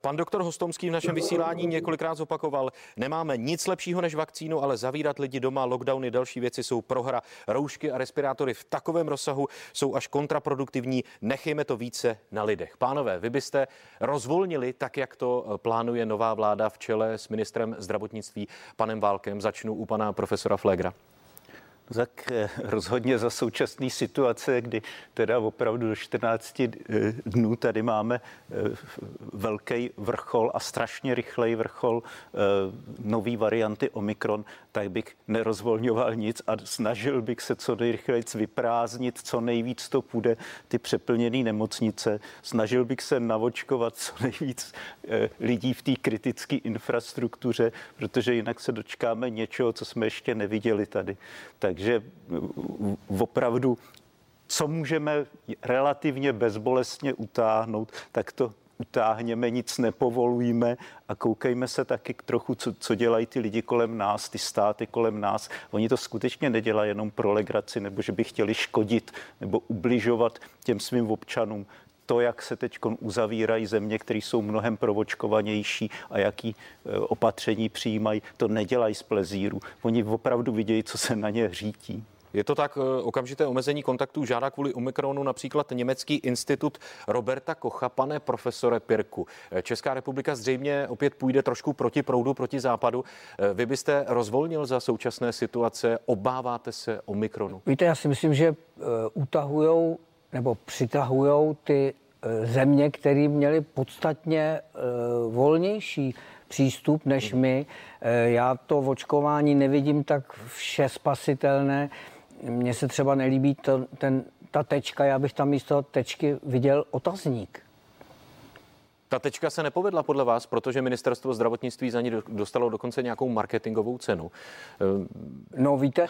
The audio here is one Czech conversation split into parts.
Pan doktor Hostomský v našem vysílání několikrát zopakoval, nemáme nic lepšího než vakcínu, ale zavírat lidi doma, lockdowny, další věci jsou prohra. Roušky a respirátory v takovém rozsahu jsou až kontraproduktivní. Nechejme to více na lidech. Pánové, vy byste rozvolnili tak, jak to plánuje nová vláda v čele s ministrem zdravotnictví panem Válkem. Začnu u pana profesora Pflegera. Tak rozhodně za současné situace, kdy teda opravdu do 14 dnů tady máme velký vrchol a strašně rychlej vrchol nový varianty Omikron, tak bych nerozvolňoval nic a snažil bych se co nejrychleji vyprázdnit, co nejvíc to půjde, ty přeplněné nemocnice. Snažil bych se navočkovat co nejvíc lidí v té kritické infrastruktuře, protože jinak se dočkáme něčeho, co jsme ještě neviděli tady. Takže opravdu, co můžeme relativně bezbolestně utáhnout, tak to utáhněme, nic nepovolujeme a koukejme se taky trochu, co dělají ty lidi kolem nás, ty státy kolem nás. Oni to skutečně nedělají jenom pro legraci, nebo že by chtěli škodit nebo ubližovat těm svým občanům. To, jak se teď uzavírají země, které jsou mnohem provočkovanější a jaký opatření přijímají, to nedělají z plezíru. Oni opravdu vidějí, co se na ně řítí. Je to tak, okamžité omezení kontaktů žádá kvůli Omikronu například německý institut Roberta Kocha. Pane profesore Pirku, Česká republika zřejmě opět půjde trošku proti proudu, proti západu. Vy byste rozvolnil za současné situace, obáváte se Omikronu? Víte, já si myslím, že utahujou nebo přitahujou ty země, které měly podstatně volnější přístup než my. Já to očkování nevidím tak vše spasitelné. Mně se třeba nelíbí ta tečka, já bych tam místo tečky viděl otazník. Ta tečka se nepovedla podle vás, protože ministerstvo zdravotnictví za ní dostalo dokonce nějakou marketingovou cenu. No víte,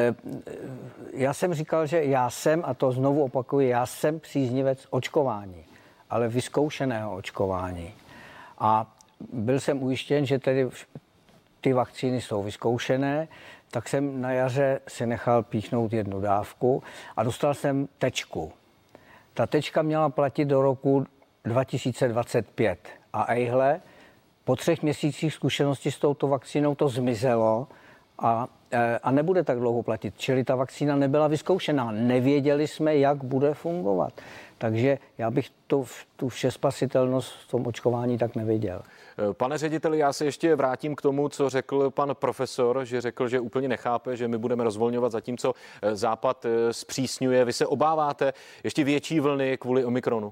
já jsem říkal, že já jsem, a to znovu opakuju, já jsem příznivec očkování, ale vyzkoušeného očkování. A byl jsem ujištěn, že tedy ty vakcíny jsou vyzkoušené, tak jsem na jaře si nechal píchnout jednu dávku a dostal jsem tečku. Ta tečka měla platit do roku 2025. A ejhle, po 3 měsících zkušenosti s touto vakcínou to zmizelo a nebude tak dlouho platit. Čili ta vakcína nebyla vyzkoušená. Nevěděli jsme, jak bude fungovat. Takže já bych tu všespasitelnost v tom očkování tak neviděl. Pane řediteli, já se ještě vrátím k tomu, co řekl pan profesor, že řekl, že úplně nechápe, že my budeme rozvolňovat, zatímco Západ zpřísňuje. Vy se obáváte ještě větší vlny kvůli Omikronu?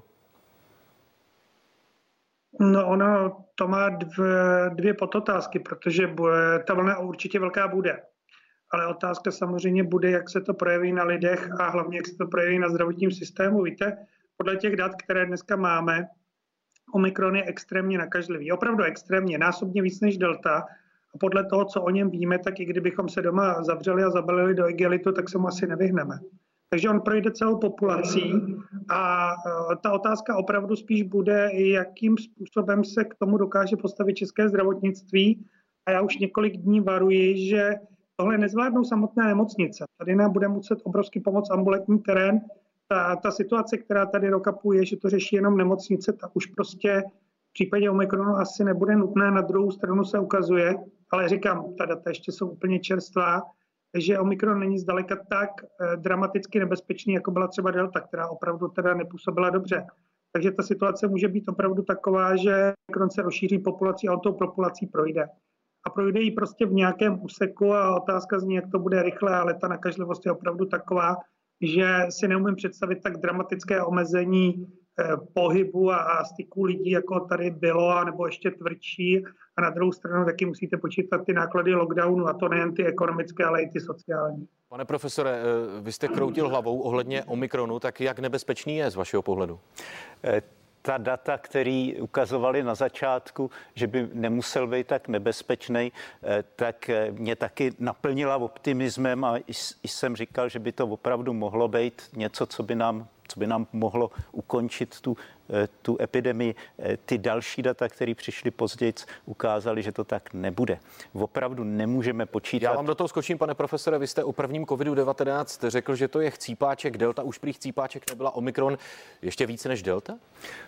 No ono to má dvě podotázky, protože ta vlna určitě velká bude. Ale otázka samozřejmě bude, jak se to projeví na lidech a hlavně, jak se to projeví na zdravotním systému. Víte, podle těch dat, které dneska máme, Omikron je extrémně nakažlivý. Opravdu extrémně, násobně víc než delta. A podle toho, co o něm víme, tak i kdybychom se doma zavřeli a zabalili do igelitu, tak se mu asi nevyhneme. Takže on projde celou populací a ta otázka opravdu spíš bude, jakým způsobem se k tomu dokáže postavit české zdravotnictví. A já už několik dní varuji, že tohle nezvládnou samotné nemocnice. Tady nám bude muset obrovský pomoct ambulantní terén. Ta situace, která tady roka půl je, že to řeší jenom nemocnice, tak už prostě v případě Omikronu asi nebude nutné. Na druhou stranu se ukazuje, ale říkám, ta data ještě jsou úplně čerstvá, že Omikron není zdaleka tak dramaticky nebezpečný, jako byla třeba delta, která opravdu teda nepůsobila dobře. Takže ta situace může být opravdu taková, že Omikron se rozšíří populací a on tou populací projde. A projde ji prostě v nějakém úseku a otázka zní, jak to bude rychle, ale ta nakažlivost je opravdu taková, že si neumím představit tak dramatické omezení pohybu a styků lidí, jako tady bylo, nebo ještě tvrdší. A na druhou stranu taky musíte počítat ty náklady lockdownu, a to nejen ty ekonomické, ale i ty sociální. Pane profesore, vy jste kroutil hlavou ohledně Omikronu, tak jak nebezpečný je z vašeho pohledu? Ta data, které ukazovali na začátku, že by nemusel být tak nebezpečný, tak mě taky naplnila optimismem a jsem říkal, že by to opravdu mohlo být něco, co by nám co by nám mohlo ukončit tu epidemii. Ty další data, které přišly později, ukázaly, že to tak nebude. Opravdu nemůžeme počítat. Já vám do toho skočím, pane profesore. Vy jste o prvním COVID-19 řekl, že to je chcípáček. Delta už prý chcípáček nebyla. Omikron ještě více než delta?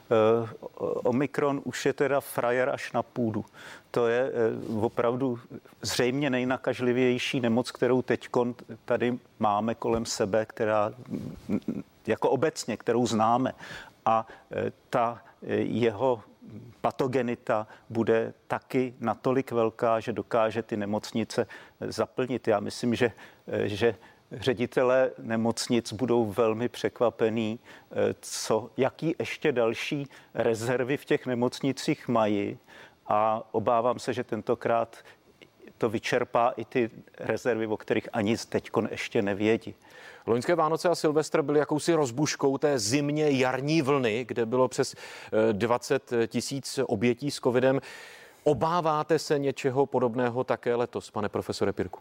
Omikron už je teda frajer až na půdu. To je opravdu zřejmě nejnakažlivější nemoc, kterou teď tady máme kolem sebe, která jako obecně, kterou známe. A ta jeho patogenita bude taky natolik velká, že dokáže ty nemocnice zaplnit. Já myslím, že ředitelé nemocnic budou velmi překvapení, jaký ještě další rezervy v těch nemocnicích mají, a obávám se, že tentokrát to vyčerpá i ty rezervy, o kterých ani teďkon ještě nevědí. Loňské Vánoce a Silvestr byly jakousi rozbuškou té zimně jarní vlny, kde bylo přes 20 000 obětí s covidem. Obáváte se něčeho podobného také letos, pane profesore Pirku?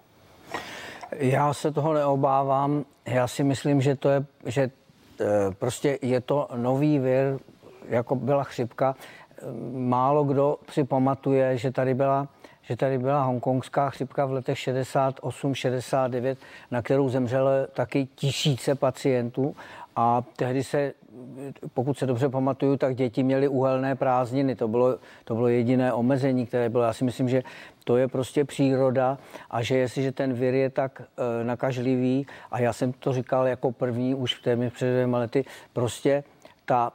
Já se toho neobávám. Já si myslím, že prostě je to nový vir, jako byla chřipka. Málo kdo si pamatuje, že tady byla hongkongská chřipka v letech 68, 69, na kterou zemřelo taky tisíce pacientů. A tehdy se, pokud se dobře pamatuju, tak děti měly uhelné prázdniny. To bylo jediné omezení, které bylo. Já si myslím, že to je prostě příroda a že jestliže ten vir je tak nakažlivý, a já jsem to říkal jako první už téměř před 2 lety, prostě ta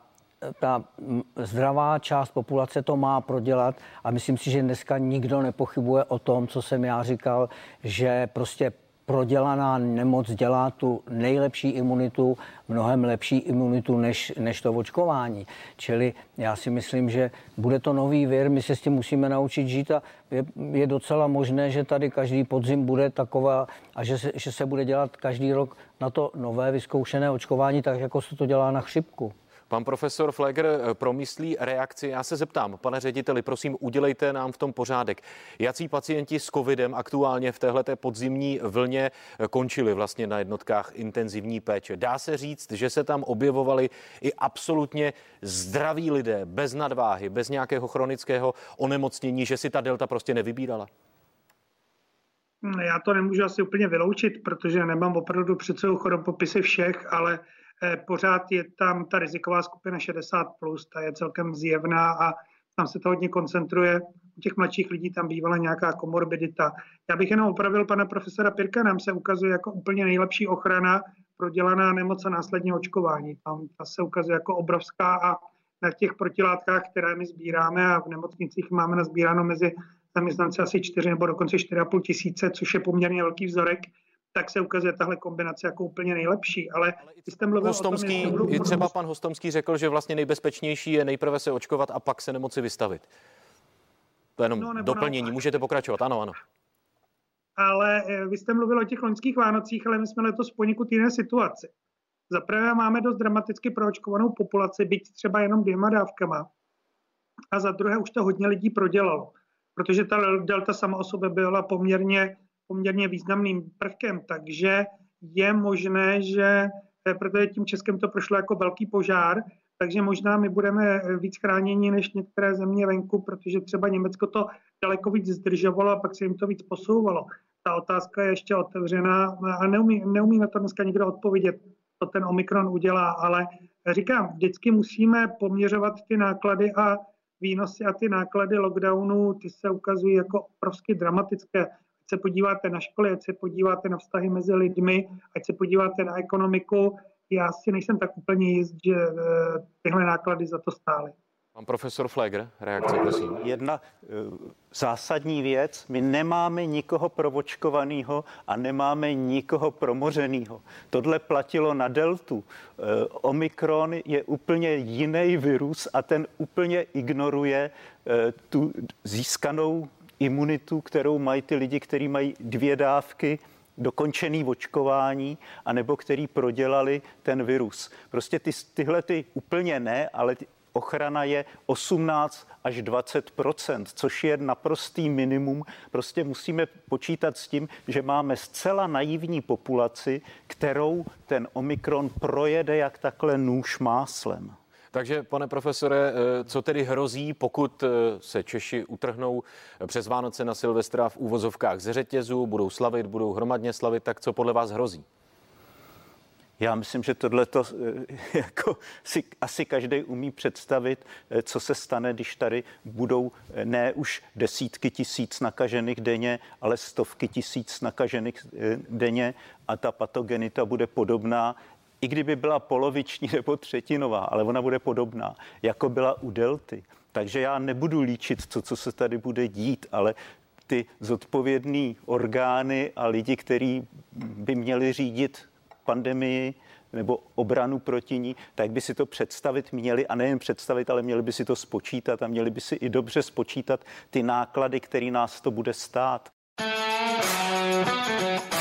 zdravá část populace to má prodělat a myslím si, že dneska nikdo nepochybuje o tom, co jsem já říkal, že prostě prodělaná nemoc dělá tu nejlepší imunitu, mnohem lepší imunitu než to očkování. Čili já si myslím, že bude to nový vir, my se s tím musíme naučit žít a je docela možné, že tady každý podzim bude taková a že se bude dělat každý rok na to nové vyzkoušené očkování, tak jako se to dělá na chřipku. Pan profesor Pfleger promyslí reakci. Já se zeptám, pane řediteli, prosím, udělejte nám v tom pořádek. Jací pacienti s covidem aktuálně v téhleté podzimní vlně končili vlastně na jednotkách intenzivní péče? Dá se říct, že se tam objevovali i absolutně zdraví lidé, bez nadváhy, bez nějakého chronického onemocnění, že si ta delta prostě nevybírala? Já to nemůžu asi úplně vyloučit, protože nemám opravdu před sebou chorobopisy všech, ale pořád je tam ta riziková skupina 60+, ta je celkem zjevná a tam se to hodně koncentruje. U těch mladších lidí tam bývala nějaká komorbidita. Já bych jenom opravil pana profesora Pirka, nám se ukazuje jako úplně nejlepší ochrana prodělaná nemoc a následně očkování. Tam ta se ukazuje jako obrovská a na těch protilátkách, které my sbíráme a v nemocnicích máme nazbíráno mezi zaměstnanci asi 4 nebo dokonce 4,5 tisíce, což je poměrně velký vzorek, tak se ukazuje tahle kombinace jako úplně nejlepší. Ale jste mluvil Hostomský, o tom, i třeba pan Hostomský řekl, že vlastně nejbezpečnější je nejprve se očkovat a pak se nemoci vystavit. To je jenom doplnění. Můžete pokračovat, ano. Ale vy jste mluvil o těch loňských Vánocích, ale my jsme letos v poněkud jiné situaci. Za prvé máme dost dramaticky proočkovanou populaci, byť třeba jenom 2 dávkama. A za druhé už to hodně lidí prodělalo, protože ta delta sama o sobě byla poměrně významným prvkem, takže je možné, že protože tím Českem to prošlo jako velký požár, takže možná my budeme víc chráněni než některé země venku, protože třeba Německo to daleko víc zdržovalo a pak se jim to víc posouvalo. Ta otázka je ještě otevřená a neumí na to dneska nikdo odpovědět, co ten Omikron udělá, ale říkám, vždycky musíme poměřovat ty náklady a výnosy a ty náklady lockdownu, ty se ukazují jako obrovsky dramatické. Ať se podíváte na školy, ať se podíváte na vztahy mezi lidmi, ať se podíváte na ekonomiku. Já si nejsem tak úplně jist, že tyhle náklady za to stály. Pan profesor Pfleger, reakce, prosím. Jedna zásadní věc, my nemáme nikoho proočkovaného a nemáme nikoho promořeného. Tohle platilo na deltu. Omikron je úplně jiný virus a ten úplně ignoruje tu získanou imunitu, kterou mají ty lidi, kteří mají 2 dávky dokončený očkování, anebo který prodělali ten virus. Prostě tyhle úplně ne, ale ochrana je 18 až 20%, což je naprostý minimum. Prostě musíme počítat s tím, že máme zcela naivní populaci, kterou ten Omikron projede jak takhle nůž máslem. Takže, pane profesore, co tedy hrozí, pokud se Češi utrhnou přes Vánoce na Silvestra v úvozovkách ze řetězu, budou slavit, budou hromadně slavit, tak co podle vás hrozí? Já myslím, že tohleto jako si asi každý umí představit, co se stane, když tady budou ne už desítky tisíc nakažených denně, ale stovky tisíc nakažených denně a ta patogenita bude podobná, i kdyby byla poloviční nebo třetinová, ale ona bude podobná, jako byla u delty. Takže já nebudu líčit to, co se tady bude dít, ale ty zodpovědný orgány a lidi, kteří by měli řídit pandemii nebo obranu proti ní, tak by si to představit měli a nejen představit, ale měli by si to spočítat a měli by si i dobře spočítat ty náklady, které nás to bude stát.